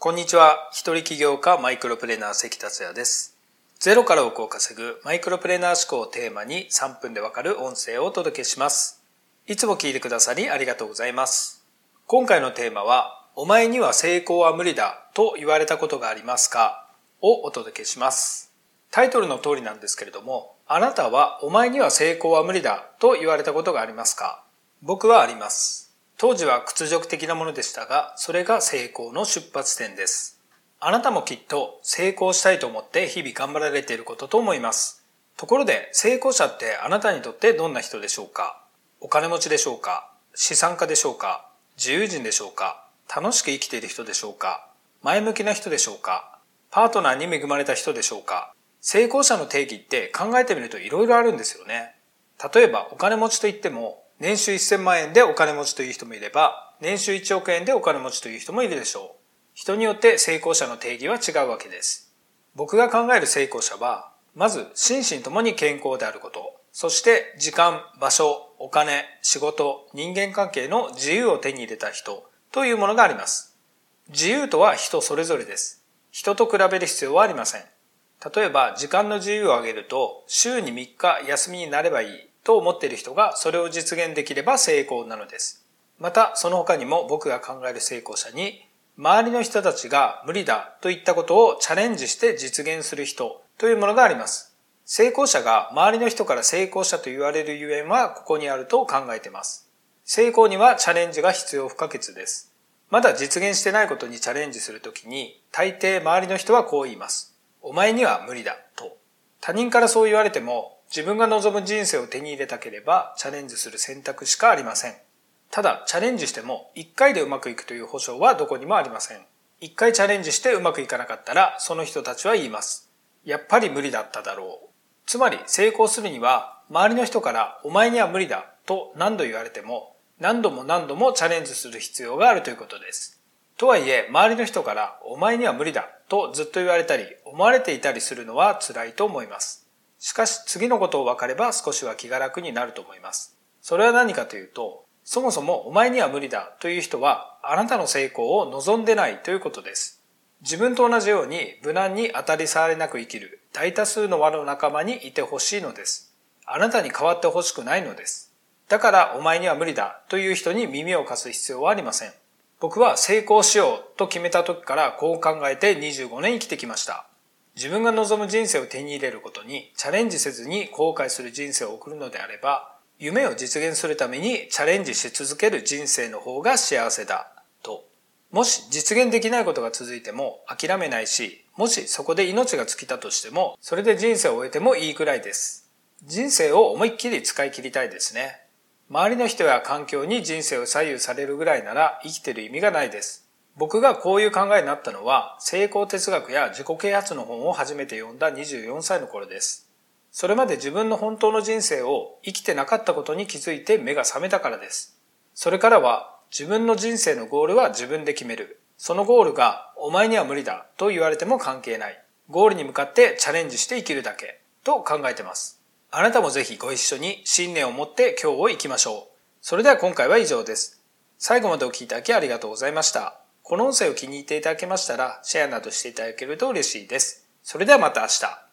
こんにちは。一人起業家マイクロプレーナー関達也です。ゼロから億を稼ぐマイクロプレーナー思考をテーマに3分でわかる音声をお届けします。いつも聞いてくださりありがとうございます。今回のテーマは、お前には成功は無理だと言われたことがありますかをお届けします。タイトルの通りなんですけれども、あなたはお前には成功は無理だと言われたことがありますか？僕はあります。当時は屈辱的なものでしたが、それが成功の出発点です。あなたもきっと成功したいと思って日々頑張られていることと思います。ところで、成功者ってあなたにとってどんな人でしょうか？お金持ちでしょうか？資産家でしょうか？自由人でしょうか？楽しく生きている人でしょうか？前向きな人でしょうか？パートナーに恵まれた人でしょうか？成功者の定義って考えてみるといろいろあるんですよね。例えばお金持ちといっても、年収1000万円でお金持ちという人もいれば、年収1億円でお金持ちという人もいるでしょう。人によって成功者の定義は違うわけです。僕が考える成功者は、まず心身ともに健康であること、そして時間、場所、お金、仕事、人間関係の自由を手に入れた人というものがあります。自由とは人それぞれです。人と比べる必要はありません。例えば時間の自由を上げると、週に3日休みになればいいと思っている人がそれを実現できれば成功なのです。またその他にも僕が考える成功者に、周りの人たちが無理だといったことをチャレンジして実現する人というものがあります。成功者が周りの人から成功者と言われるゆえんはここにあると考えています。成功にはチャレンジが必要不可欠です。まだ実現してないことにチャレンジするときに、大抵周りの人はこう言います。お前には無理だと。他人からそう言われても、自分が望む人生を手に入れたければチャレンジする選択しかありません。ただチャレンジしても1回でうまくいくという保証はどこにもありません。1回チャレンジしてうまくいかなかったら、その人たちは言います。やっぱり無理だっただろう。つまり成功するには、周りの人からお前には無理だと何度言われても、何度も何度もチャレンジする必要があるということです。とはいえ、周りの人からお前には無理だとずっと言われたり思われていたりするのは辛いと思います。しかし次のことを分かれば少しは気が楽になると思います。それは何かというと、そもそもお前には無理だという人はあなたの成功を望んでないということです。自分と同じように無難に当たり障りなく生きる大多数の輪の仲間にいてほしいのです。あなたに変わってほしくないのです。だからお前には無理だという人に耳を貸す必要はありません。僕は成功しようと決めた時からこう考えて25年生きてきました。自分が望む人生を手に入れることにチャレンジせずに後悔する人生を送るのであれば、夢を実現するためにチャレンジし続ける人生の方が幸せだと。もし実現できないことが続いても諦めないし、もしそこで命が尽きたとしても、それで人生を終えてもいいくらいです。人生を思いっきり使い切りたいですね。周りの人や環境に人生を左右されるぐらいなら生きてる意味がないです。僕がこういう考えになったのは、成功哲学や自己啓発の本を初めて読んだ24歳の頃です。それまで自分の本当の人生を生きてなかったことに気づいて目が覚めたからです。それからは自分の人生のゴールは自分で決める。そのゴールがお前には無理だと言われても関係ない。ゴールに向かってチャレンジして生きるだけと考えてます。あなたもぜひご一緒に信念を持って今日を生きましょう。それでは今回は以上です。最後までお聞きいただきありがとうございました。この音声を気に入っていただけましたら、シェアなどしていただけると嬉しいです。それではまた明日。